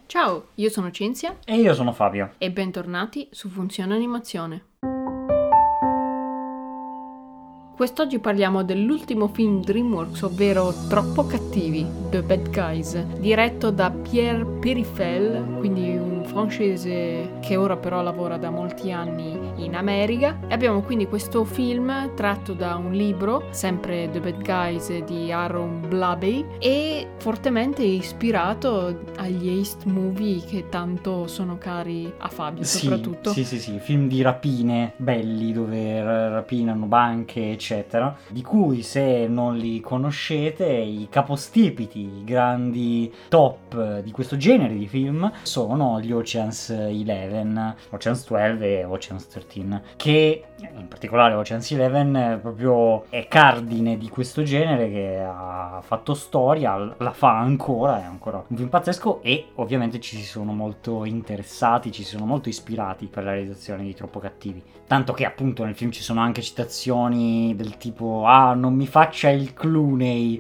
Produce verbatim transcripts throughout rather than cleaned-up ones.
Ciao, io sono Cinzia E io sono Fabio. e bentornati su Funzione Animazione. Quest'oggi parliamo dell'ultimo film DreamWorks, ovvero Troppo Cattivi, The Bad Guys, diretto da Pierre Perifel, quindi un francese che ora però lavora da molti anni in America. E abbiamo quindi questo film tratto da un libro, sempre The Bad Guys di Aaron Blabey, e fortemente ispirato agli heist movie che tanto sono cari a Fabio, Sì, soprattutto. Sì, sì, sì, film di rapine belli dove ra- rapinano banche, eccetera, di cui se non li conoscete, i capostipiti, i grandi top di questo genere di film sono gli Ocean's Eleven, Ocean's dodici e Ocean's tredici, che in particolare Ocean's Eleven proprio è cardine di questo genere che ha fatto storia, la fa ancora, è ancora un film pazzesco e ovviamente ci si sono molto interessati, ci si sono molto ispirati per la realizzazione di Troppo Cattivi, tanto che appunto nel film ci sono anche citazioni del tipo ah non mi faccia il Clooney,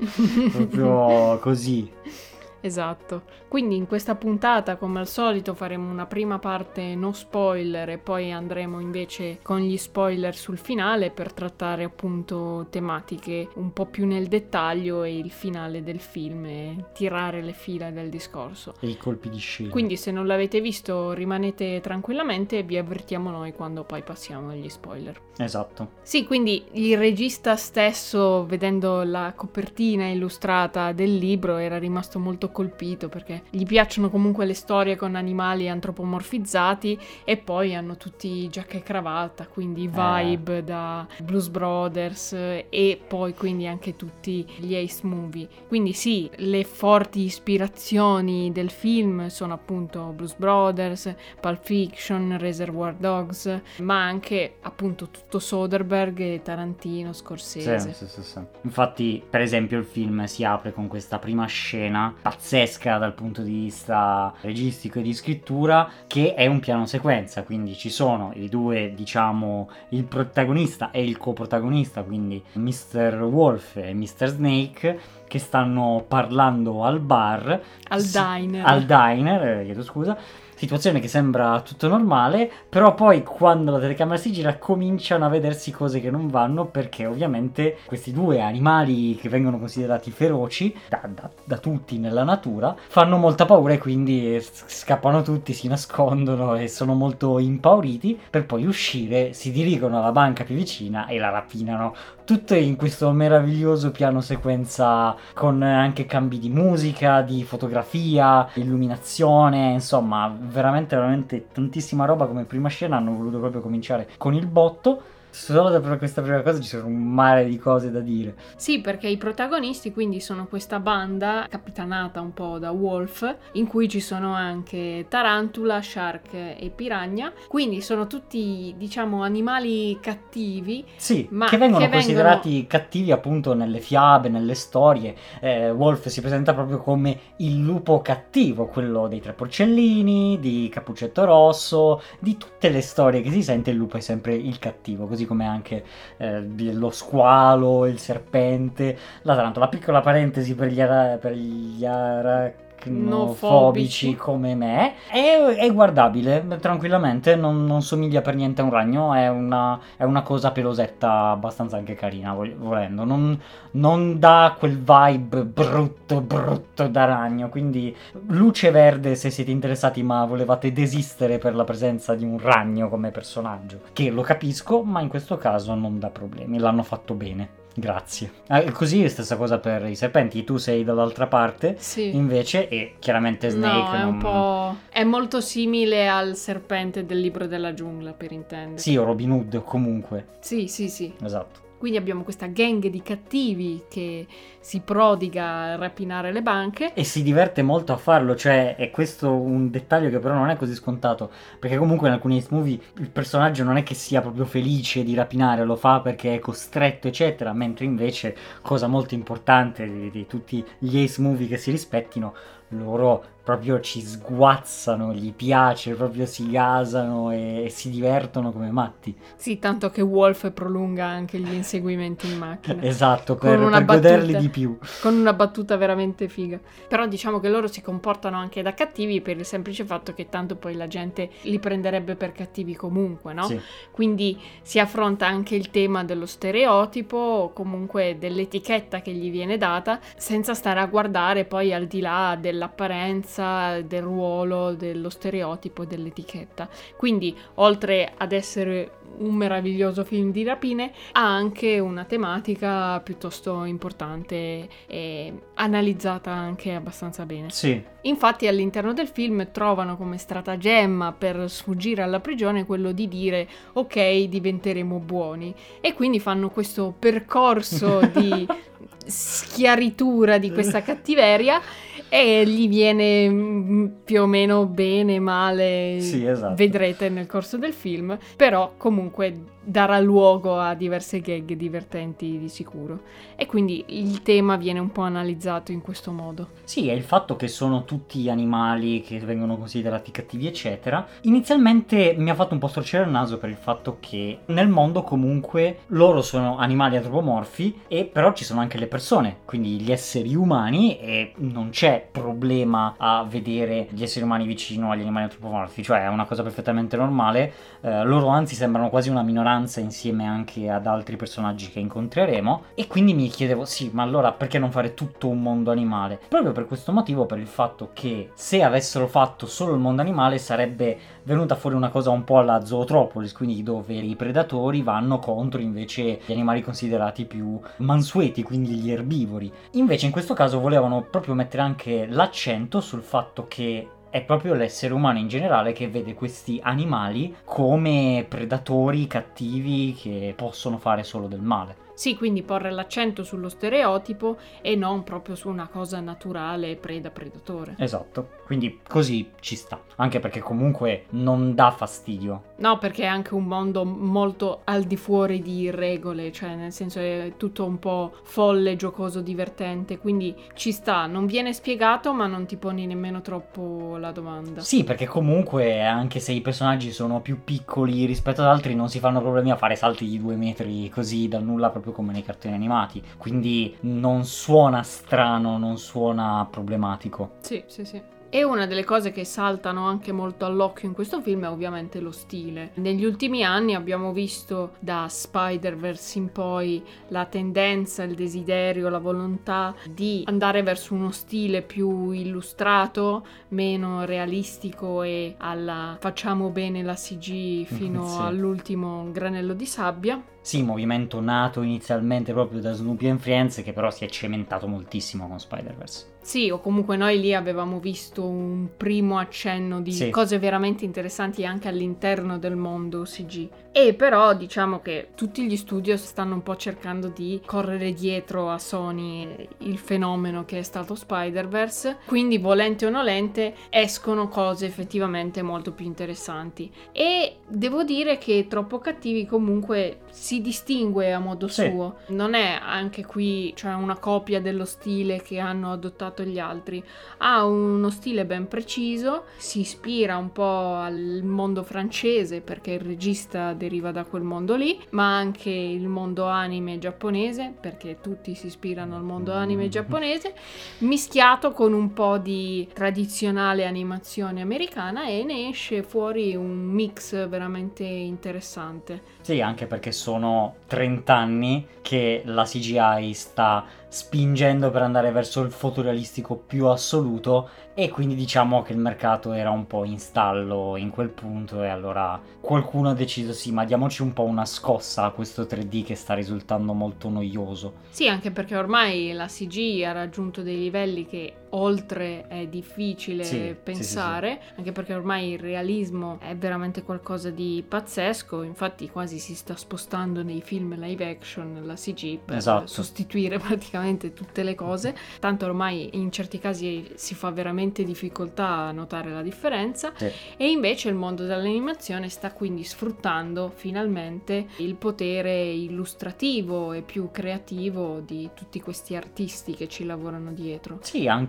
proprio così. Esatto, quindi in questa puntata come al solito faremo una prima parte no spoiler e poi andremo invece con gli spoiler sul finale per trattare appunto tematiche un po' più nel dettaglio e il finale del film e tirare le fila del discorso. E i colpi di scena. Quindi se non l'avete visto rimanete tranquillamente e vi avvertiamo noi quando poi passiamo agli spoiler. Esatto. Sì, quindi il regista stesso, vedendo la copertina illustrata del libro, era rimasto molto colpito perché gli piacciono comunque le storie con animali antropomorfizzati e poi hanno tutti giacca e cravatta, quindi vibe eh. da Blues Brothers e poi quindi anche tutti gli heist movie. Quindi sì, le forti ispirazioni del film sono appunto Blues Brothers, Pulp Fiction, Reservoir Dogs, ma anche appunto tutto Soderbergh e Tarantino, Scorsese. Sì, sì, sì, sì. Infatti, per esempio, il film si apre con questa prima scena pazzesca dal punto di vista registico e di scrittura, che è un piano sequenza, quindi ci sono i due, diciamo, il protagonista e il coprotagonista, quindi mister Wolf e mister Snake, che stanno parlando al bar, al diner, al diner, chiedo scusa. Situazione che sembra tutto normale, però poi quando la telecamera si gira cominciano a vedersi cose che non vanno, perché ovviamente questi due animali che vengono considerati feroci da, da, da tutti nella natura fanno molta paura e quindi scappano tutti, si nascondono e sono molto impauriti, per poi uscire, si dirigono alla banca più vicina e la rapinano. Tutto in questo meraviglioso piano sequenza con anche cambi di musica, di fotografia, illuminazione, insomma veramente veramente tantissima roba. Come prima scena hanno voluto proprio cominciare con il botto. Solo per questa prima cosa ci sono un mare di cose da dire. Sì, perché i protagonisti quindi sono questa banda capitanata un po' da Wolf, in cui ci sono anche tarantula, shark e piranha, quindi sono tutti, diciamo, animali cattivi. Sì, ma che vengono che considerati vengono... cattivi appunto nelle fiabe, nelle storie. eh, Wolf si presenta proprio come il lupo cattivo, quello dei tre porcellini, di Cappuccetto Rosso, di tutte le storie che si sente il lupo è sempre il cattivo, così come anche eh, lo squalo, il serpente, la tarantola. Piccola parentesi per gli, ara- per gli arachnofobici come me, è, è guardabile tranquillamente, non, non somiglia per niente a un ragno, è una, è una cosa pelosetta abbastanza anche carina volendo, non, non dà quel vibe brutto brutto da ragno, quindi luce verde se siete interessati ma volevate desistere per la presenza di un ragno come personaggio, che lo capisco, ma in questo caso non dà problemi, l'hanno fatto bene. Grazie. Eh, così è stessa cosa per i serpenti, tu sei dall'altra parte, sì. Invece, e chiaramente Snake no, è non... un po'... è molto simile al serpente del libro della giungla, per intendere. Sì, o Robin Hood comunque. Sì, sì, sì. Esatto. Quindi abbiamo questa gang di cattivi che si prodiga a rapinare le banche. E si diverte molto a farlo, cioè è questo un dettaglio che però non è così scontato, perché comunque in alcuni movie il personaggio non è che sia proprio felice di rapinare, lo fa perché è costretto eccetera, mentre invece, cosa molto importante di, di tutti gli ace movie che si rispettino, loro proprio ci sguazzano, gli piace, proprio si gasano e, e si divertono come matti. Sì, tanto che Wolf prolunga anche gli inseguimenti in macchina. Esatto, per, Con una per battuta- goderli di più. Con una battuta veramente figa. Però diciamo che loro si comportano anche da cattivi per il semplice fatto che tanto poi la gente li prenderebbe per cattivi comunque, no? Sì. Quindi si affronta anche il tema dello stereotipo o comunque dell'etichetta che gli viene data, senza stare a guardare poi al di là dell'apparenza, del ruolo, dello stereotipo e dell'etichetta. Quindi oltre ad essere un meraviglioso film di rapine, ha anche una tematica piuttosto importante e analizzata anche abbastanza bene. Sì. Infatti all'interno del film trovano come stratagemma per sfuggire alla prigione quello di dire ok, diventeremo buoni, e quindi fanno questo percorso di schiaritura di questa cattiveria e gli viene mm, più o meno bene, male, Sì, esatto. vedrete nel corso del film, però comunque darà luogo a diverse gag divertenti di sicuro, e quindi il tema viene un po' analizzato in questo modo. Sì, è il fatto che sono tutti animali che vengono considerati cattivi, eccetera. Inizialmente mi ha fatto un po' storcere il naso per il fatto che nel mondo comunque loro sono animali antropomorfi, e però ci sono anche le persone, quindi gli esseri umani, e non c'è problema a vedere gli esseri umani vicino agli animali antropomorfi, cioè è una cosa perfettamente normale. Eh, loro anzi sembrano quasi una minoranza insieme anche ad altri personaggi che incontreremo, e quindi mi chiedevo sì, ma allora perché non fare tutto un mondo animale? Proprio per questo motivo, per il fatto che se avessero fatto solo il mondo animale sarebbe venuta fuori una cosa un po' alla Zootropolis, quindi dove i predatori vanno contro invece gli animali considerati più mansueti, quindi gli erbivori. Invece in questo caso volevano proprio mettere anche l'accento sul fatto che è proprio l'essere umano in generale che vede questi animali come predatori cattivi che possono fare solo del male. Sì, quindi porre l'accento sullo stereotipo e non proprio su una cosa naturale, preda-predatore. Esatto, quindi così ci sta, anche perché comunque non dà fastidio. No, perché è anche un mondo molto al di fuori di regole, cioè nel senso è tutto un po' folle, giocoso, divertente, quindi ci sta, non viene spiegato ma non ti poni nemmeno troppo la domanda. Sì, perché comunque anche se i personaggi sono più piccoli rispetto ad altri non si fanno problemi a fare salti di due metri così dal nulla, proprio come nei cartoni animati, quindi non suona strano, non suona problematico. Sì, sì, sì. E una delle cose che saltano anche molto all'occhio in questo film è ovviamente lo stile. Negli ultimi anni abbiamo visto da Spider-Verse in poi la tendenza, il desiderio, la volontà di andare verso uno stile più illustrato, meno realistico e alla facciamo bene la C G fino Sì. all'ultimo granello di sabbia. Sì, movimento nato inizialmente proprio da Snoopy and Friends, che però si è cementato moltissimo con Spider-Verse. Sì, o comunque noi lì avevamo visto un primo accenno di Sì. cose veramente interessanti anche all'interno del mondo C G. E però diciamo che tutti gli studio stanno un po' cercando di correre dietro a Sony il fenomeno che è stato Spider-Verse, quindi volente o nolente escono cose effettivamente molto più interessanti. E devo dire che Troppo Cattivi comunque si distingue a modo Sì. suo. Non è anche qui, cioè, una copia dello stile che hanno adottato gli altri. Ha uno stile ben preciso, si ispira un po' al mondo francese perché il regista deriva da quel mondo lì, ma anche il mondo anime giapponese perché tutti si ispirano al mondo anime giapponese, mischiato con un po' di tradizionale animazione americana, e ne esce fuori un mix veramente interessante. Sì, anche perché sono trenta anni che la C G I sta spingendo per andare verso il fotorealistico più assoluto, e quindi diciamo che il mercato era un po' in stallo in quel punto, e allora qualcuno ha deciso sì, ma diamoci un po' una scossa a questo tre D che sta risultando molto noioso. Sì, anche perché ormai la C G ha raggiunto dei livelli che oltre è difficile Sì, pensare, sì, sì, anche perché ormai il realismo è veramente qualcosa di pazzesco, infatti quasi si sta spostando nei film live action la C G per Esatto. sostituire praticamente tutte le cose, tanto ormai in certi casi si fa veramente difficoltà a notare la differenza. Sì. E invece il mondo dell'animazione sta quindi sfruttando finalmente il potere illustrativo e più creativo di tutti questi artisti che ci lavorano dietro. Sì, anche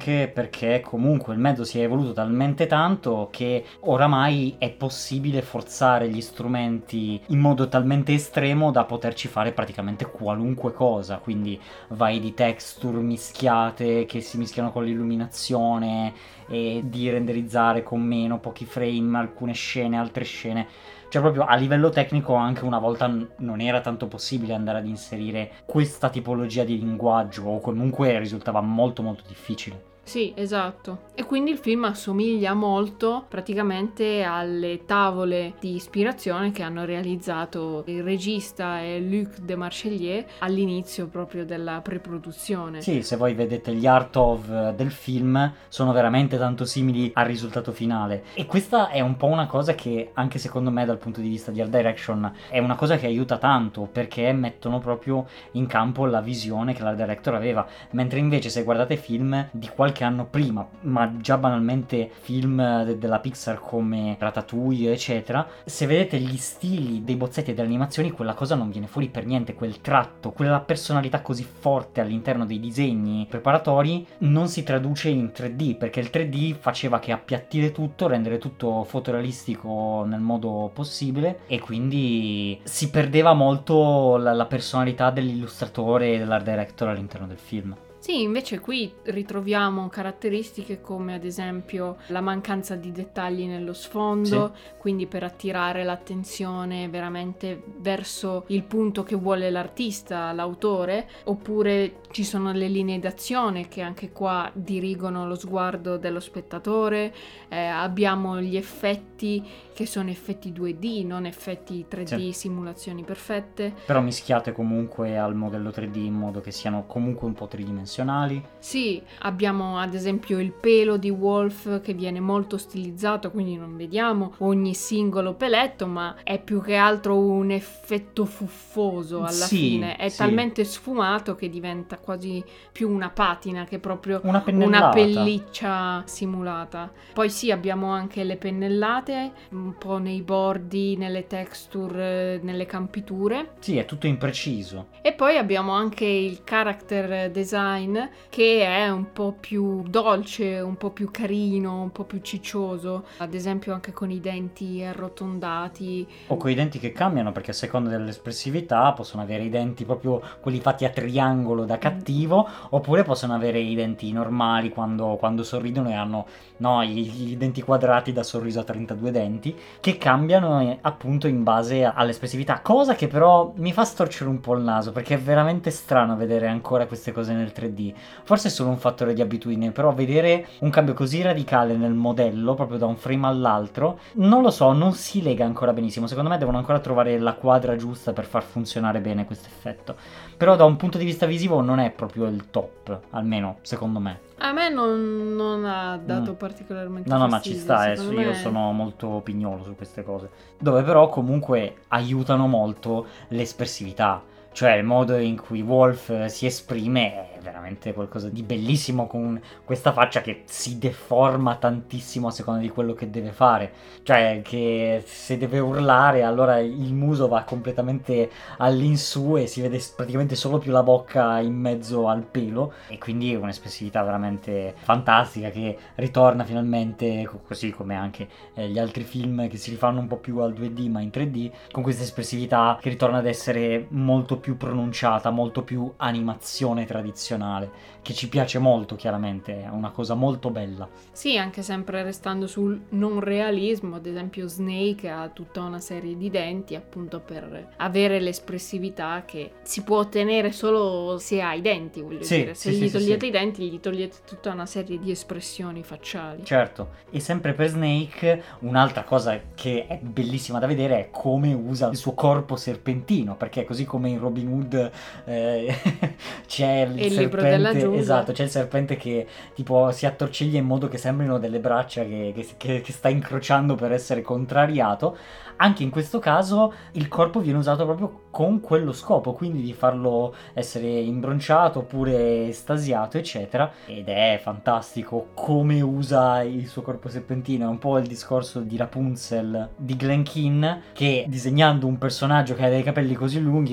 anche perché comunque il mezzo si è evoluto talmente tanto che oramai è possibile forzare gli strumenti in modo talmente estremo da poterci fare praticamente qualunque cosa, quindi vai di texture mischiate che si mischiano con l'illuminazione e di renderizzare con meno, pochi frame, alcune scene, altre scene. Cioè proprio a livello tecnico anche una volta n- non era tanto possibile andare ad inserire questa tipologia di linguaggio, o comunque risultava molto molto difficile. Sì, esatto. E quindi il film assomiglia molto praticamente alle tavole di ispirazione che hanno realizzato il regista e Luc de Marchelier all'inizio proprio della preproduzione. Sì, se voi vedete gli art of eh, del film sono veramente tanto simili al risultato finale. E questa è un po' una cosa che anche secondo me dal punto di vista di art direction è una cosa che aiuta tanto, perché mettono proprio in campo la visione che l'art director aveva. Mentre invece se guardate film di qualche anno prima, ma già banalmente film de- della Pixar come Ratatouille eccetera, se vedete gli stili dei bozzetti e delle animazioni quella cosa non viene fuori per niente, quel tratto, quella personalità così forte all'interno dei disegni preparatori non si traduce in tre D, perché il tre D faceva che appiattire tutto, rendere tutto fotorealistico nel modo possibile, e quindi si perdeva molto la, la personalità dell'illustratore e dell'art director all'interno del film. Sì, invece qui ritroviamo caratteristiche come ad esempio la mancanza di dettagli nello sfondo, sì. Quindi per attirare l'attenzione veramente verso il punto che vuole l'artista, l'autore, oppure ci sono le linee d'azione che anche qua dirigono lo sguardo dello spettatore, eh, abbiamo gli effetti che sono effetti due D, non effetti tre D, sì. Simulazioni perfette. Però mischiate comunque al modello tre D in modo che siano comunque un po' tridimensionali. Sì, abbiamo ad esempio il pelo di Wolf che viene molto stilizzato, quindi non vediamo ogni singolo peletto, ma è più che altro un effetto fuffoso alla sì, fine. È sì. talmente sfumato che diventa quasi più una patina che proprio una, una pelliccia simulata. Poi sì, abbiamo anche le pennellate, un po' nei bordi, nelle texture, nelle campiture. Sì, è tutto impreciso. E poi abbiamo anche il character design che è un po' più dolce, un po' più carino, un po' più ciccioso, ad esempio anche con i denti arrotondati. O con i denti che cambiano, perché a seconda dell'espressività possono avere i denti proprio quelli fatti a triangolo da cattivo, mm. oppure possono avere i denti normali quando, quando sorridono e hanno no, i, i denti quadrati da sorriso a trentadue denti, che cambiano appunto in base all'espressività, cosa che però mi fa storcere un po' il naso, perché è veramente strano vedere ancora queste cose nel tre D. Forse è solo un fattore di abitudine, però vedere un cambio così radicale nel modello, proprio da un frame all'altro, non lo so, non si lega ancora benissimo. Secondo me devono ancora trovare la quadra giusta per far funzionare bene questo effetto. Però da un punto di vista visivo non è proprio il top, almeno secondo me. A me non, non ha dato mm. particolarmente no, no, fastidio. ma ci sta, eh, me... io sono molto pignolo su queste cose. Dove però comunque aiutano molto l'espressività. Cioè il modo in cui Wolf si esprime è veramente qualcosa di bellissimo, con questa faccia che si deforma tantissimo a seconda di quello che deve fare. Cioè che se deve urlare allora il muso va completamente all'insù e si vede praticamente solo più la bocca in mezzo al pelo, e quindi un'espressività veramente fantastica che ritorna finalmente, così come anche eh, gli altri film che si rifanno un po' più al due D ma in tre D, con questa espressività che ritorna ad essere molto più pronunciata, molto più animazione tradizionale, che ci piace molto chiaramente, è una cosa molto bella. Sì, anche sempre restando sul non realismo, ad esempio Snake ha tutta una serie di denti appunto per avere l'espressività che si può ottenere solo se ha i denti, voglio sì, dire, se sì, gli sì, togliete sì. i denti gli togliete tutta una serie di espressioni facciali. Certo, e sempre per Snake un'altra cosa che è bellissima da vedere è come usa il suo corpo serpentino, perché così come in Robin Hood eh, c'è il, il serpente, libro della giungla. Esatto, c'è il serpente che tipo si attorciglia in modo che sembrino delle braccia che, che, che, che sta incrociando per essere contrariato. Anche in questo caso il corpo viene usato proprio con quello scopo, quindi di farlo essere imbronciato oppure estasiato eccetera, ed è fantastico come usa il suo corpo serpentino. È un po' il discorso di Rapunzel di Glen Keane, che disegnando un personaggio che ha dei capelli così lunghi poi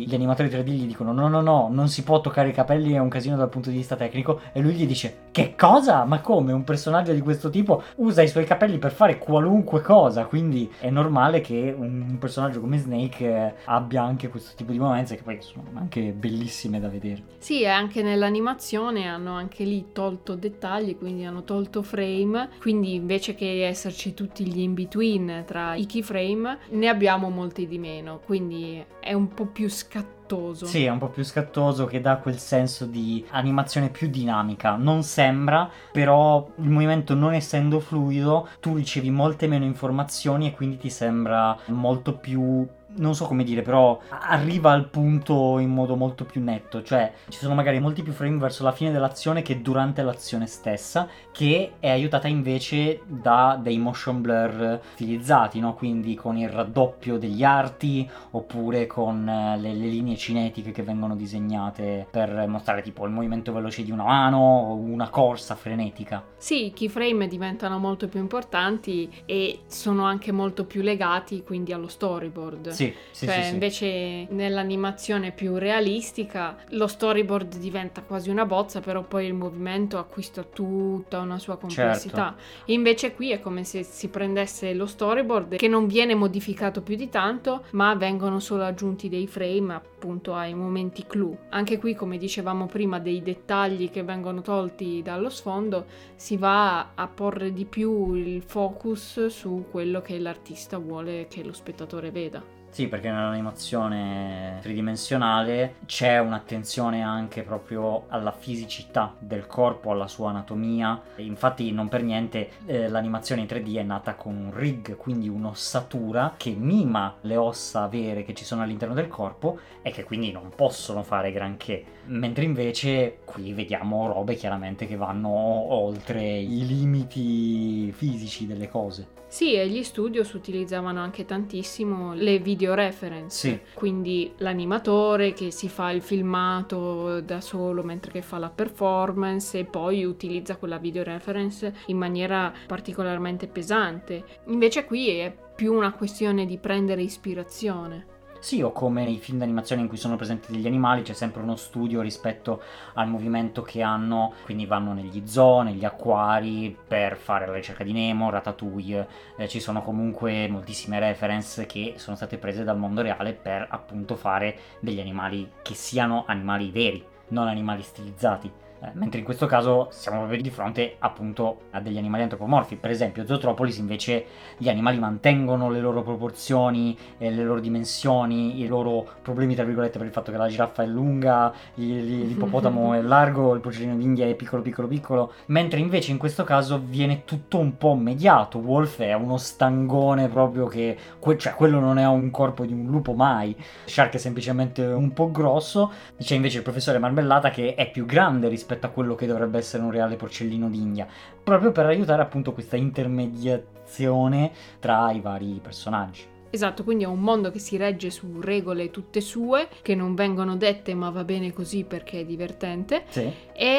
gli animatori tre D gli dicono no no no, non si può toccare i capelli, è un casino dal punto di vista tecnico, e lui gli dice che cosa? Ma come? Un personaggio di questo tipo usa i suoi capelli per fare qualunque cosa, quindi è normale che un personaggio come Snake eh, abbia anche questo tipo di movenze che poi sono anche bellissime da vedere. Sì, e anche nell'animazione hanno anche lì tolto dettagli, quindi hanno tolto frame, quindi invece che esserci tutti gli in-between tra i keyframe ne abbiamo molti di meno, quindi è un po' più scattoso. Sì, è un po' più scattoso, che dà quel senso di animazione più dinamica. Non sembra, però il movimento non essendo fluido, tu ricevi molte meno informazioni e quindi ti sembra molto più... non so come dire, però arriva al punto in modo molto più netto, cioè ci sono magari molti più frame verso la fine dell'azione che durante l'azione stessa, che è aiutata invece da dei motion blur stilizzati, no? Quindi con il raddoppio degli arti oppure con eh, le, le linee cinetiche che vengono disegnate per mostrare tipo il movimento veloce di una mano o una corsa frenetica. Sì, i keyframe diventano molto più importanti e sono anche molto più legati quindi allo storyboard. Sì, sì, cioè sì, sì. invece nell'animazione più realistica lo storyboard diventa quasi una bozza, però poi il movimento acquista tutta una sua complessità. Certo. Invece qui è come se si prendesse lo storyboard che non viene modificato più di tanto, ma vengono solo aggiunti dei frame appunto ai momenti clou. Anche qui, come dicevamo prima, dei dettagli che vengono tolti dallo sfondo, si va a porre di più il focus su quello che l'artista vuole che lo spettatore veda. Sì, perché nell'animazione tridimensionale c'è un'attenzione anche proprio alla fisicità del corpo, alla sua anatomia. E infatti non per niente eh, l'animazione in tre D è nata con un rig, quindi un'ossatura che mima le ossa vere che ci sono all'interno del corpo e che quindi non possono fare granché. Mentre invece qui vediamo robe chiaramente che vanno oltre i limiti fisici delle cose. Sì, e gli studios utilizzavano anche tantissimo le video reference, Sì. Quindi l'animatore che si fa il filmato da solo mentre che fa la performance e poi utilizza quella video reference in maniera particolarmente pesante. Invece qui è più una questione di prendere ispirazione. Sì, o come nei film d'animazione in cui sono presenti degli animali, c'è sempre uno studio rispetto al movimento che hanno, quindi vanno negli zoo, negli acquari per fare la ricerca di Nemo, Ratatouille, eh, ci sono comunque moltissime reference che sono state prese dal mondo reale per appunto fare degli animali che siano animali veri, non animali stilizzati. Eh, mentre in questo caso siamo proprio di fronte appunto a degli animali antropomorfi. Per esempio Zootropolis invece gli animali mantengono le loro proporzioni, eh, le loro dimensioni, i loro problemi tra virgolette per il fatto che la giraffa è lunga, l'ippopotamo è largo, il porcellino d'India è piccolo piccolo piccolo, mentre invece in questo caso viene tutto un po' mediato. Wolf è uno stangone proprio che, que- cioè quello non è un corpo di un lupo mai, Shark è semplicemente un po' grosso, c'è invece il professore Marmellata che è più grande rispetto rispetto a quello che dovrebbe essere un reale porcellino d'India, proprio per aiutare appunto questa intermediazione tra i vari personaggi. Esatto, quindi è un mondo che si regge su regole tutte sue, che non vengono dette ma va bene così perché è divertente, sì.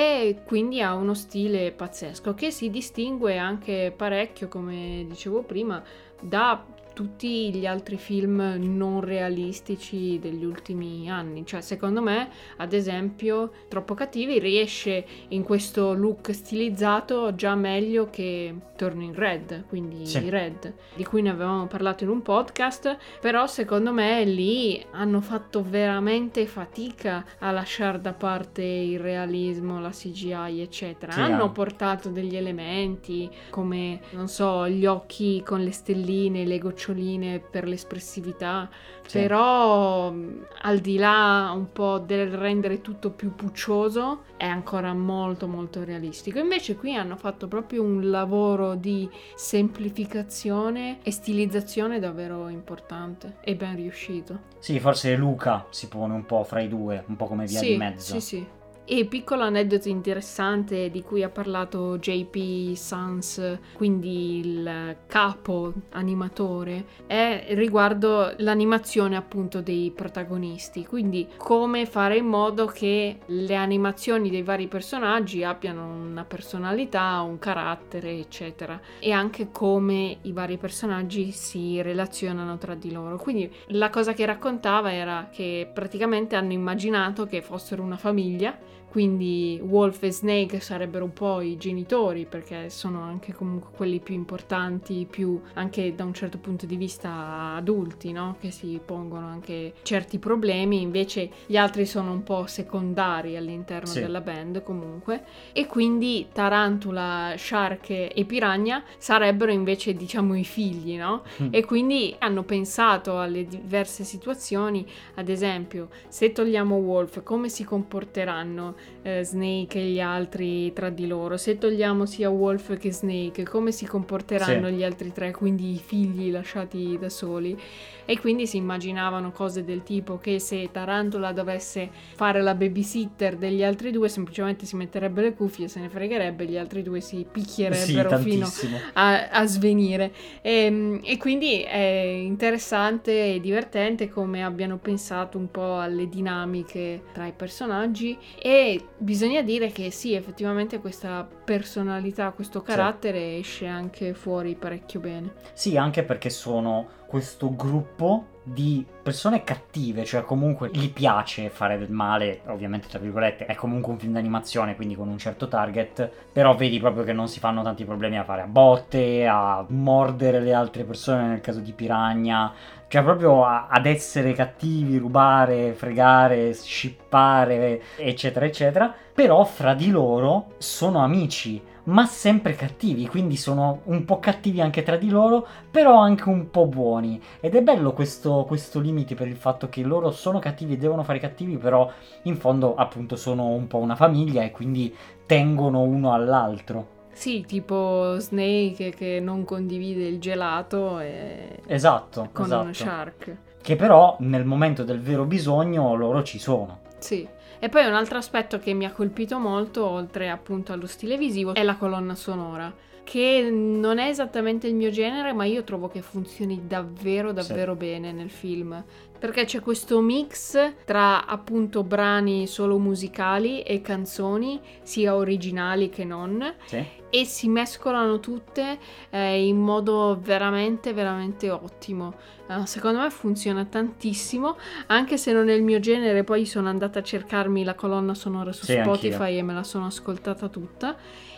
E quindi ha uno stile pazzesco che si distingue anche parecchio, come dicevo prima, da tutti gli altri film non realistici degli ultimi anni. Cioè, secondo me, ad esempio, Troppo Cattivi riesce in questo look stilizzato già meglio che Turning Red, quindi sì. Red, di cui ne avevamo parlato in un podcast, però secondo me lì hanno fatto veramente fatica a lasciare da parte il realismo, la C G I, eccetera. Sì, hanno eh. portato degli elementi come, non so, gli occhi con le stelline, le goccioline per l'espressività, sì. Però al di là un po' del rendere tutto più puccioso è ancora molto molto realistico. Invece qui hanno fatto proprio un lavoro di semplificazione e stilizzazione davvero importante e ben riuscito. Sì, forse Luca si pone un po' fra i due, un po' come via sì, di mezzo. Sì, sì. E piccolo aneddoto interessante di cui ha parlato J P Sans, quindi il capo animatore, è riguardo l'animazione appunto dei protagonisti, quindi come fare in modo che le animazioni dei vari personaggi abbiano una personalità, un carattere, eccetera, e anche come i vari personaggi si relazionano tra di loro. Quindi la cosa che raccontava era che praticamente hanno immaginato che fossero una famiglia, quindi Wolf e Snake sarebbero un po' i genitori, perché sono anche comunque quelli più importanti, più anche da un certo punto di vista adulti, no? Che si pongono anche certi problemi, invece gli altri sono un po' secondari all'interno Sì. della band comunque, e quindi Tarantula, Shark e Piranha sarebbero invece, diciamo, i figli, no? Mm. E quindi hanno pensato alle diverse situazioni, ad esempio, se togliamo Wolf, come si comporteranno eh, Snake e gli altri tra di loro? Se togliamo sia Wolf che Snake, come si comporteranno Sì. gli altri tre, quindi i figli lasciati da soli? E quindi si immaginavano cose del tipo che se Tarantula dovesse fare la babysitter degli altri due, semplicemente si metterebbe le cuffie, se ne fregherebbe, gli altri due si picchierebbero Sì, fino a, a svenire. E, e quindi è interessante e divertente come abbiano pensato un po' alle dinamiche tra i personaggi, e bisogna dire che sì, effettivamente questa personalità, questo carattere sì, esce anche fuori parecchio bene. Sì, anche perché sono questo gruppo di persone cattive, cioè comunque gli piace fare del male, ovviamente tra virgolette, è comunque un film d'animazione, quindi con un certo target, però vedi proprio che non si fanno tanti problemi a fare a botte, a mordere le altre persone nel caso di Piranha, cioè proprio a, ad essere cattivi, rubare, fregare, scippare, eccetera eccetera, però fra di loro sono amici, ma sempre cattivi, quindi sono un po' cattivi anche tra di loro, però anche un po' buoni, ed è bello questo, questo limite per il fatto che loro sono cattivi e devono fare cattivi, però in fondo appunto sono un po' una famiglia e quindi tengono uno all'altro. Sì, tipo Snake che non condivide il gelato e... Esatto, con esatto. Shark. Che però nel momento del vero bisogno loro ci sono. Sì. E poi un altro aspetto che mi ha colpito molto, oltre appunto allo stile visivo, è la colonna sonora, che non è esattamente il mio genere, ma io trovo che funzioni davvero davvero sì, bene nel film, perché c'è questo mix tra appunto brani solo musicali e canzoni, sia originali che non, sì, e si mescolano tutte eh, in modo veramente veramente ottimo. Uh, secondo me funziona tantissimo, anche se non è il mio genere. Poi sono andata a cercarmi la colonna sonora su sì, Spotify anch'io, e me la sono ascoltata tutta,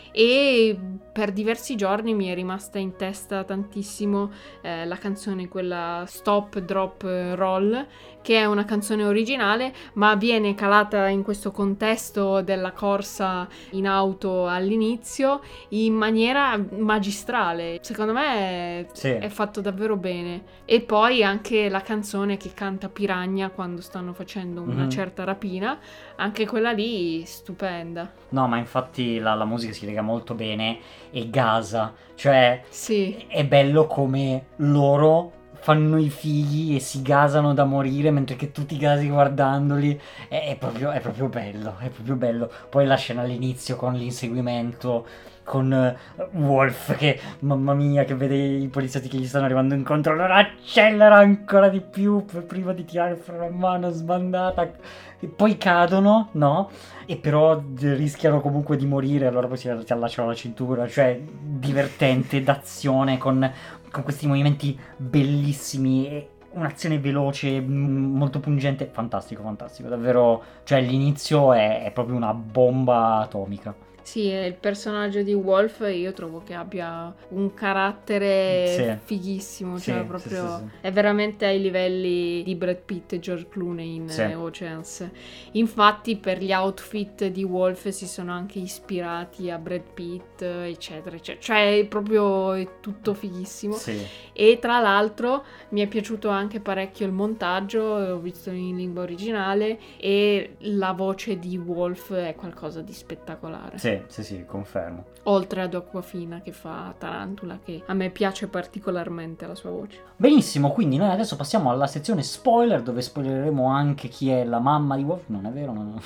e per diversi giorni mi è rimasta in testa tantissimo eh, la canzone, quella Stop Drop Roll, che è una canzone originale ma viene calata in questo contesto della corsa in auto all'inizio in maniera magistrale. Secondo me è, sì, è fatto davvero bene. E poi anche la canzone che canta Piranha quando stanno facendo una mm-hmm. certa rapina, anche quella lì stupenda. No, ma infatti la, la musica si lega molto bene e gasa, cioè sì, è bello come loro fanno i figli e si gasano da morire mentre che tu ti gasi guardandoli, è, è, proprio, è proprio bello, è proprio bello. Poi la scena all'inizio con l'inseguimento, con uh, Wolf che, mamma mia, che vede i poliziotti che gli stanno arrivando incontro, allora accelera ancora di più prima di tirare fuori la mano sbandata, e poi cadono, no? E però rischiano comunque di morire, allora poi si, si allacciano la cintura, cioè divertente, d'azione, con, con questi movimenti bellissimi e un'azione veloce, molto pungente, fantastico, fantastico, davvero, cioè l'inizio è, è proprio una bomba atomica. Sì, il personaggio di Wolf io trovo che abbia un carattere sì, fighissimo, cioè sì, proprio sì, sì, sì. È veramente ai livelli di Brad Pitt e George Clooney in sì. Oceans. Infatti per gli outfit di Wolf si sono anche ispirati a Brad Pitt, eccetera, eccetera. Cioè proprio è tutto fighissimo. Sì. E tra l'altro mi è piaciuto anche parecchio il montaggio, l'ho visto in lingua originale, e la voce di Wolf è qualcosa di spettacolare. Sì. Sì, sì, sì, confermo. Oltre ad Aquafina che fa Tarantula, che a me piace particolarmente la sua voce. Benissimo, quindi noi adesso passiamo alla sezione spoiler, dove spoileremo anche chi è la mamma di Wolf. Non è vero, non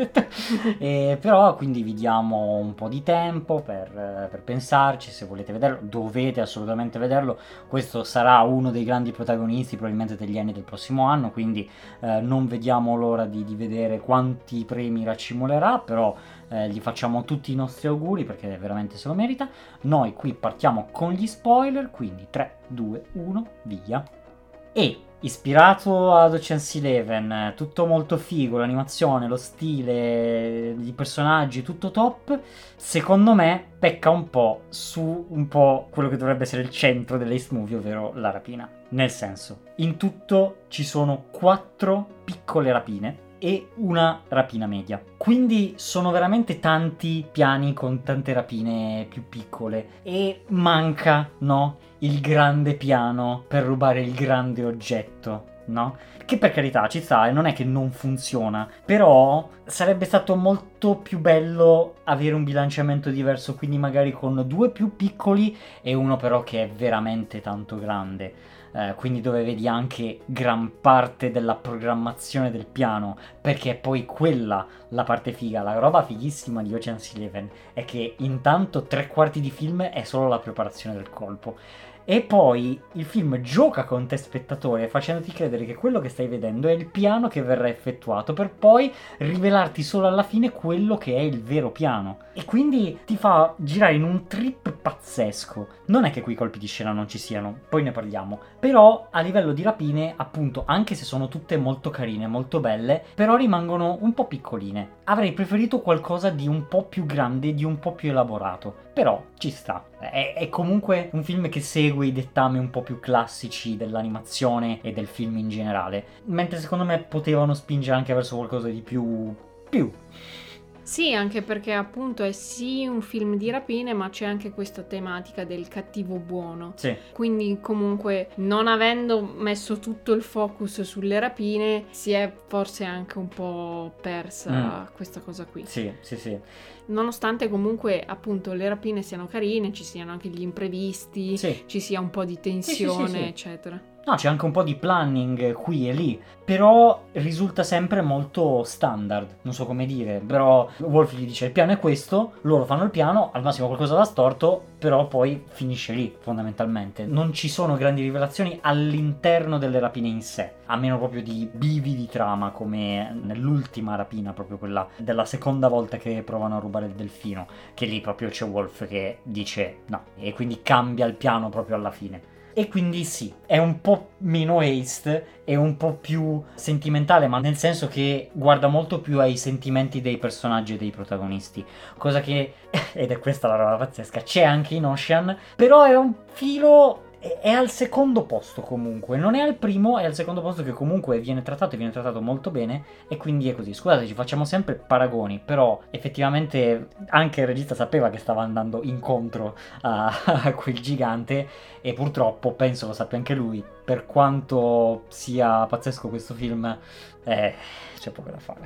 e, però quindi vi diamo un po' di tempo per, per pensarci. Se volete vederlo, dovete assolutamente vederlo. Questo sarà uno dei grandi protagonisti probabilmente degli anni del prossimo anno, quindi eh, non vediamo l'ora di, di vedere quanti premi racimolerà, però eh, gli facciamo tutti i nostri auguri perché veramente se lo merita. Noi qui partiamo con gli spoiler, quindi tre, due, uno, via. E ispirato ad Ocean's Eleven, tutto molto figo, l'animazione, lo stile, i personaggi, tutto top. Secondo me pecca un po' su un po' quello che dovrebbe essere il centro dell'Ace Movie, ovvero la rapina. Nel senso, in tutto ci sono quattro piccole rapine e una rapina media. Quindi sono veramente tanti piani con tante rapine più piccole e manca, no, il grande piano per rubare il grande oggetto, no? Che per carità ci sta e non è che non funziona, però sarebbe stato molto più bello avere un bilanciamento diverso, quindi magari con due più piccoli e uno però che è veramente tanto grande. Eh, quindi dove vedi anche gran parte della programmazione del piano, perché è poi quella la parte figa. La roba fighissima di Ocean's Eleven è che intanto tre quarti di film è solo la preparazione del colpo. E poi il film gioca con te spettatore facendoti credere che quello che stai vedendo è il piano che verrà effettuato, per poi rivelarti solo alla fine quello che è il vero piano. E quindi ti fa girare in un trip pazzesco. Non è che quei colpi di scena non ci siano, poi ne parliamo. Però a livello di rapine, appunto, anche se sono tutte molto carine, molto belle, però rimangono un po' piccoline. Avrei preferito qualcosa di un po' più grande, di un po' più elaborato. Però ci sta. È, è comunque un film che segue i dettami un po' più classici dell'animazione e del film in generale. Mentre secondo me potevano spingere anche verso qualcosa di più... più... Sì, anche perché appunto è sì un film di rapine, ma c'è anche questa tematica del cattivo buono. Sì. Quindi comunque, non avendo messo tutto il focus sulle rapine, si è forse anche un po' persa mm. questa cosa qui. Sì, sì, sì. Nonostante comunque appunto le rapine siano carine, ci siano anche gli imprevisti, sì. ci sia un po' di tensione, sì, sì, sì, sì. eccetera. No, c'è anche un po' di planning qui e lì, però risulta sempre molto standard, non so come dire, però Wolf gli dice il piano è questo, loro fanno il piano, al massimo qualcosa va storto, però poi finisce lì fondamentalmente. Non ci sono grandi rivelazioni all'interno delle rapine in sé, a meno proprio di bivi di trama come nell'ultima rapina, proprio quella della seconda volta che provano a rubare il delfino, che lì proprio c'è Wolf che dice no, e quindi cambia il piano proprio alla fine. E quindi sì, è un po' meno haste, è un po' più sentimentale, ma nel senso che guarda molto più ai sentimenti dei personaggi e dei protagonisti, cosa che, ed è questa la roba pazzesca, c'è anche in Ocean, però è un filo... è al secondo posto comunque, non è al primo, è al secondo posto che comunque viene trattato e viene trattato molto bene, e quindi è così. Scusate, ci facciamo sempre paragoni, però effettivamente anche il regista sapeva che stava andando incontro a, a quel gigante, e purtroppo penso lo sappia anche lui, per quanto sia pazzesco questo film, eh, c'è poco da fare.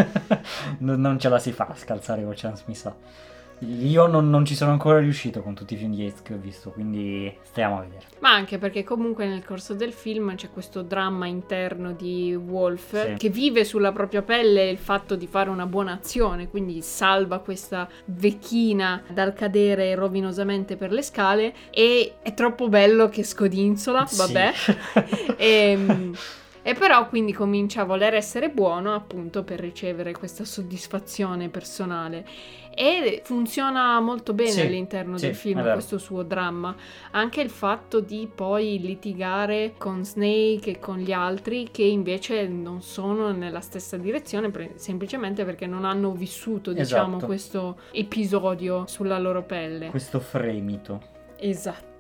non, non ce la si fa a scalzare Ocean's, mi sa. Io non, non ci sono ancora riuscito con tutti i film di Yates che ho visto, quindi stiamo a vedere. Ma anche perché comunque nel corso del film c'è questo dramma interno di Wolf, sì, che vive sulla propria pelle il fatto di fare una buona azione, quindi salva questa vecchina dal cadere rovinosamente per le scale, e è troppo bello che scodinzola, vabbè. Sì. e... E però quindi comincia a voler essere buono appunto per ricevere questa soddisfazione personale. E funziona molto bene, sì, all'interno sì, del film questo suo dramma. Anche il fatto di poi litigare con Snake e con gli altri che invece non sono nella stessa direzione, pre- semplicemente perché non hanno vissuto, diciamo, esatto, questo episodio sulla loro pelle. Questo fremito. Esatto.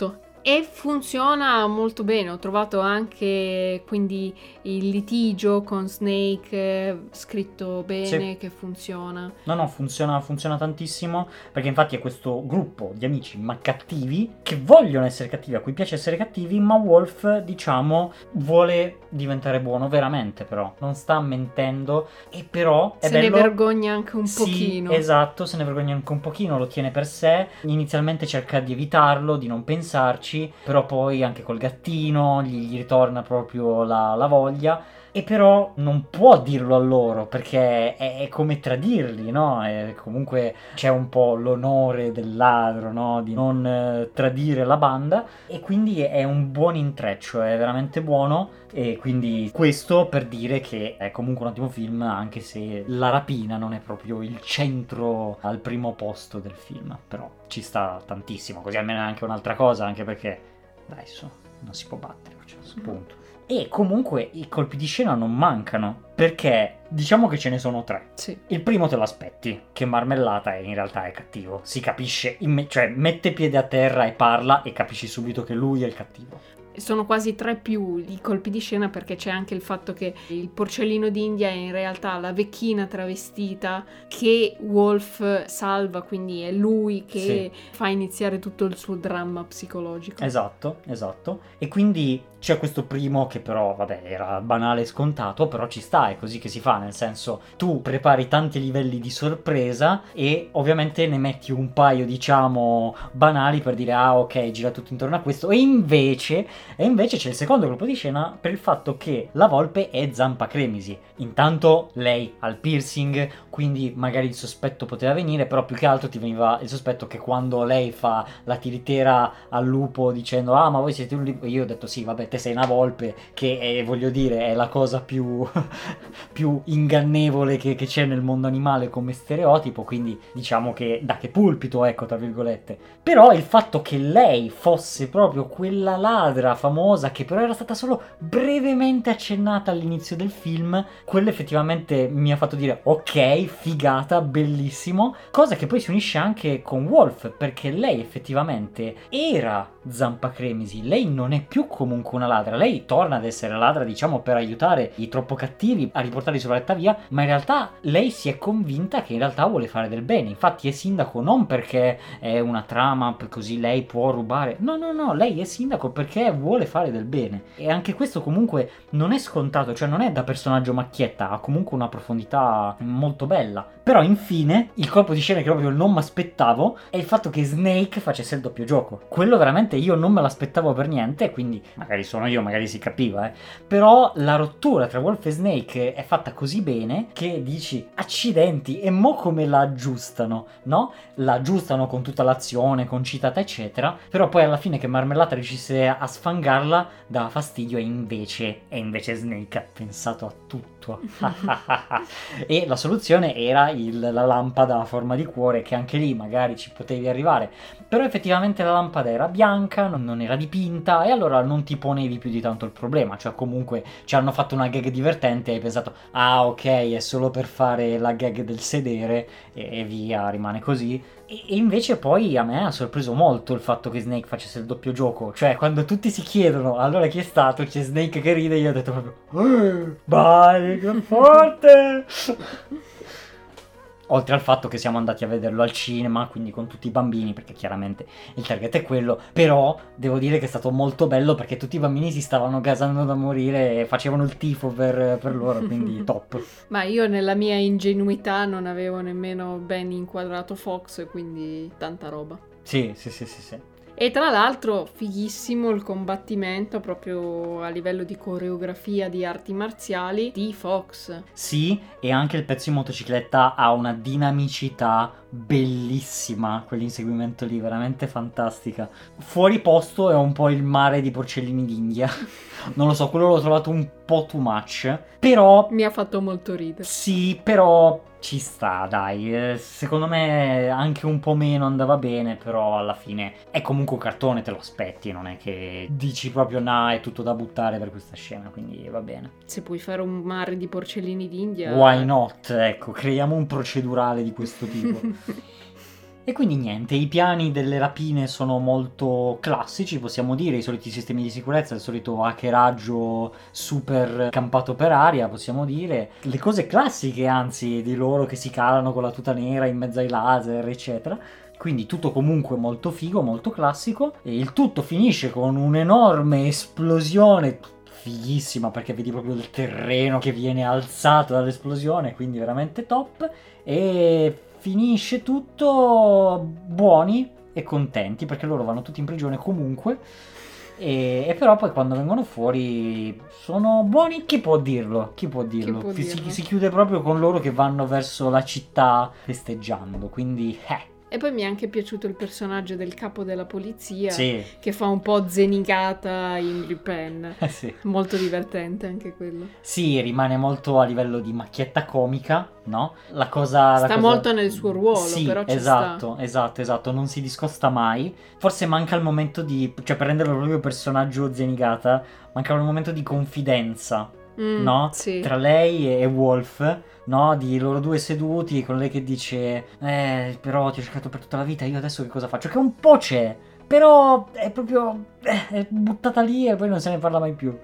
E funziona molto bene, ho trovato anche quindi il litigio con Snake eh, scritto bene, Sì. che funziona. No, no, funziona, funziona tantissimo, perché infatti è questo gruppo di amici ma cattivi, che vogliono essere cattivi, a cui piace essere cattivi, ma Wolf, diciamo, vuole diventare buono veramente, però. Non sta mentendo, e però è Se bello... ne vergogna anche un Sì, pochino. esatto, se ne vergogna anche un pochino, lo tiene per sé. Inizialmente cerca di evitarlo, di non pensarci, però poi anche col gattino gli, gli ritorna proprio la, la voglia. E però non può dirlo a loro, perché è, è come tradirli, no? E comunque c'è un po' l'onore del ladro, no? Di non eh, tradire la banda. E quindi è un buon intreccio, è veramente buono. E quindi questo per dire che è comunque un ottimo film, anche se la rapina non è proprio il centro al primo posto del film. Però ci sta tantissimo, così almeno è anche un'altra cosa, anche perché, dai, su, non si può battere, cioè, punto. E comunque i colpi di scena non mancano, perché diciamo che ce ne sono tre. Sì. Il primo te lo aspetti, che Marmellata in realtà è cattivo. Si capisce, imme- cioè mette piede a terra e parla e capisci subito che lui è il cattivo. Sono quasi tre più i colpi di scena, perché c'è anche il fatto che il porcellino d'India è in realtà la vecchina travestita che Wolf salva, quindi è lui che Sì. fa iniziare tutto il suo dramma psicologico. Esatto, esatto. E quindi c'è questo primo che però, vabbè, era banale e scontato, però ci sta, è così che si fa, nel senso, tu prepari tanti livelli di sorpresa e ovviamente ne metti un paio, diciamo, banali per dire, ah ok, gira tutto intorno a questo, e invece, e invece c'è il secondo gruppo di scena per il fatto che la volpe è Zampa Cremisi. Intanto lei ha il piercing, quindi magari il sospetto poteva venire, però più che altro ti veniva il sospetto che quando lei fa la tiritera al lupo dicendo, ah ma voi siete un lupo, io ho detto sì, vabbè, te sei una volpe, che è, voglio dire, è la cosa più, più ingannevole che, che c'è nel mondo animale come stereotipo, quindi diciamo che da che pulpito, ecco, tra virgolette. Però il fatto che lei fosse proprio quella ladra famosa, che però era stata solo brevemente accennata all'inizio del film, quello effettivamente mi ha fatto dire, ok, figata, bellissimo, cosa che poi si unisce anche con Wolf, perché lei effettivamente era Zampa Cremisi, lei non è più comunque una ladra, lei torna ad essere ladra, diciamo, per aiutare i troppo cattivi a riportarli sulla retta via, ma in realtà lei si è convinta che in realtà vuole fare del bene. Infatti è sindaco non perché è una trama per così lei può rubare, no no no, lei è sindaco perché vuole fare del bene, e anche questo comunque non è scontato, cioè non è da personaggio macchietta, ha comunque una profondità molto bella. Però infine il colpo di scena che proprio non mi aspettavo è il fatto che Snake facesse il doppio gioco. Quello veramente io non me l'aspettavo per niente, quindi magari sono io, magari si capiva, eh. Però la rottura tra Wolf e Snake è fatta così bene che dici, accidenti, e mo come la aggiustano, no? La aggiustano con tutta l'azione, con citata eccetera, però poi alla fine che Marmellata riuscisse a sfangarla dava fastidio, e invece, e invece Snake ha pensato a tutto. E la soluzione era il, la lampada a forma di cuore, che anche lì magari ci potevi arrivare, però effettivamente la lampada era bianca, non, non era dipinta, e allora non ti ponevi più di tanto il problema, cioè comunque ci hanno fatto una gag divertente e hai pensato, ah ok, è solo per fare la gag del sedere, e, e via, rimane così. E, e invece poi a me ha sorpreso molto il fatto che Snake facesse il doppio gioco, cioè quando tutti si chiedono allora chi è stato, c'è Snake che ride, io ho detto proprio, eh, vai, che forte! Oltre al fatto che siamo andati a vederlo al cinema, quindi con tutti i bambini, perché chiaramente il target è quello, però devo dire che è stato molto bello perché tutti i bambini si stavano gasando da morire e facevano il tifo per, per loro, quindi top. Ma io nella mia ingenuità non avevo nemmeno ben inquadrato Fox, quindi tanta roba. Sì, sì, sì, sì, sì. E tra l'altro fighissimo il combattimento proprio a livello di coreografia di arti marziali di Fox. Sì, e anche il pezzo in motocicletta ha una dinamicità bellissima, quell'inseguimento lì, veramente fantastica. Fuori posto è un po' il mare di porcellini d'India. Non lo so, quello l'ho trovato un po' too much, però... Mi ha fatto molto ridere. Sì, però ci sta, dai. Eh, secondo me anche un po' meno andava bene, però alla fine è comunque un cartone, te lo aspetti, non è che dici proprio no, è tutto da buttare per questa scena, quindi va bene. Se puoi fare un mare di porcellini d'India... Why not? Ecco, creiamo un procedurale di questo tipo. E quindi niente, i piani delle rapine sono molto classici, possiamo dire, i soliti sistemi di sicurezza, il solito hackeraggio super campato per aria, possiamo dire, le cose classiche anzi di loro che si calano con la tuta nera in mezzo ai laser, eccetera. Quindi tutto comunque molto figo, molto classico, e il tutto finisce con un'enorme esplosione fighissima, perché vedi proprio il terreno che viene alzato dall'esplosione, quindi veramente top, e finisce tutto buoni e contenti, perché loro vanno tutti in prigione comunque, e, e però poi quando vengono fuori sono buoni, chi può dirlo? Chi può dirlo? Chi può si, dirlo? si chiude proprio con loro che vanno verso la città festeggiando, quindi eh. E poi mi è anche piaciuto il personaggio del capo della polizia, Sì. che fa un po' zenigata in Lupin. Eh sì. Molto divertente anche quello. Sì, rimane molto a livello di macchietta comica, no? La cosa... la Sta cosa... molto nel suo ruolo, sì, però ci esatto, sta. esatto, esatto, non si discosta mai. Forse manca il momento di... cioè per renderlo proprio personaggio zenigata, manca un momento di confidenza, Mm, no? sì. Tra lei e Wolf, no? Di loro due seduti, con lei che dice eh, però ti ho cercato per tutta la vita, io adesso che cosa faccio? Che un po' c'è, però è proprio eh, è buttata lì e poi non se ne parla mai più.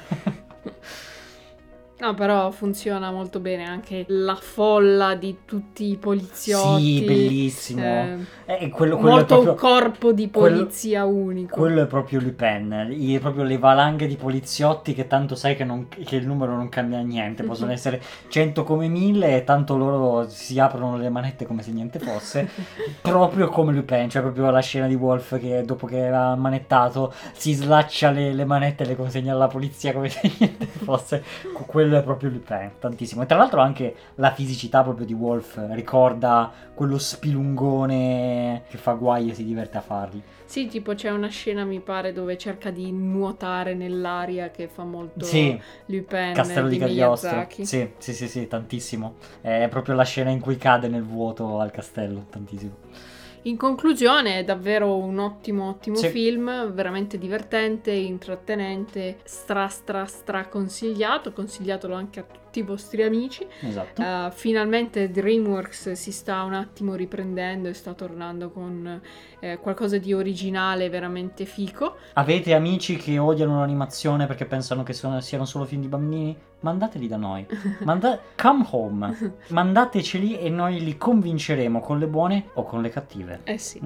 No, però funziona molto bene anche la folla di tutti i poliziotti. Sì, bellissimo. eh, Eh, quello, quello molto è proprio, corpo di quello- polizia unico. quello è proprio Lupin, i- proprio le valanghe di poliziotti che tanto sai che, non- che il numero non cambia niente, possono essere cento come mille e tanto loro si aprono le manette come se niente fosse, proprio come Lupin, cioè proprio la scena di Wolf che dopo che ha manettato si slaccia le, le manette e le consegna alla polizia come se niente fosse. Quello è proprio Lupin, tantissimo. E tra l'altro anche la fisicità proprio di Wolf ricorda quello spilungone che fa guai e si diverte a farli. Sì, tipo c'è una scena, mi pare, dove cerca di nuotare nell'aria che fa molto Sì, Lupin Castello di Cagliostro. Miyazaki. Sì, sì, sì, sì, tantissimo. È proprio la scena in cui cade nel vuoto al castello, tantissimo. In conclusione, è davvero un ottimo, ottimo Sì. film, veramente divertente, intrattenente, stra, stra, stra consigliato, consigliatelo anche a tutti i vostri amici. Esatto. Uh, finalmente DreamWorks si sta un attimo riprendendo e sta tornando con eh, qualcosa di originale, veramente fico. Avete amici che odiano l'animazione perché pensano che sono- siano solo film di bambini? Mandateli da noi. Manda- Come home. Mandateceli e noi li convinceremo con le buone o con le cattive. Eh sì.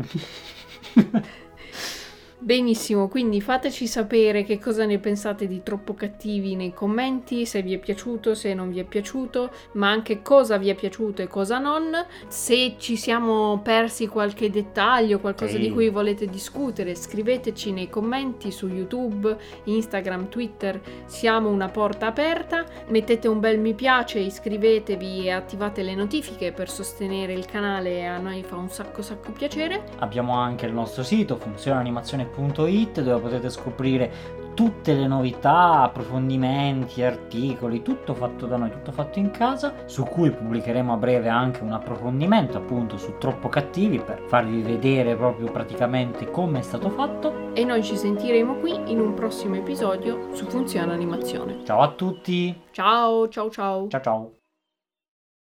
Benissimo, quindi fateci sapere che cosa ne pensate di Troppo Cattivi nei commenti, se vi è piaciuto, se non vi è piaciuto, ma anche cosa vi è piaciuto e cosa non. Se ci siamo persi qualche dettaglio, qualcosa Sì. di cui volete discutere, scriveteci nei commenti su YouTube, Instagram, Twitter, siamo una porta aperta. Mettete un bel mi piace, iscrivetevi e attivate le notifiche per sostenere il canale, a noi fa un sacco sacco piacere. Abbiamo anche il nostro sito funzionaanimazione punto it dove potete scoprire tutte le novità, approfondimenti, articoli, tutto fatto da noi, tutto fatto in casa, su cui pubblicheremo a breve anche un approfondimento appunto su Troppo Cattivi per farvi vedere proprio praticamente come è stato fatto. E noi ci sentiremo qui in un prossimo episodio su Funziona Animazione. Ciao a tutti, Ciao, ciao, ciao. ciao ciao.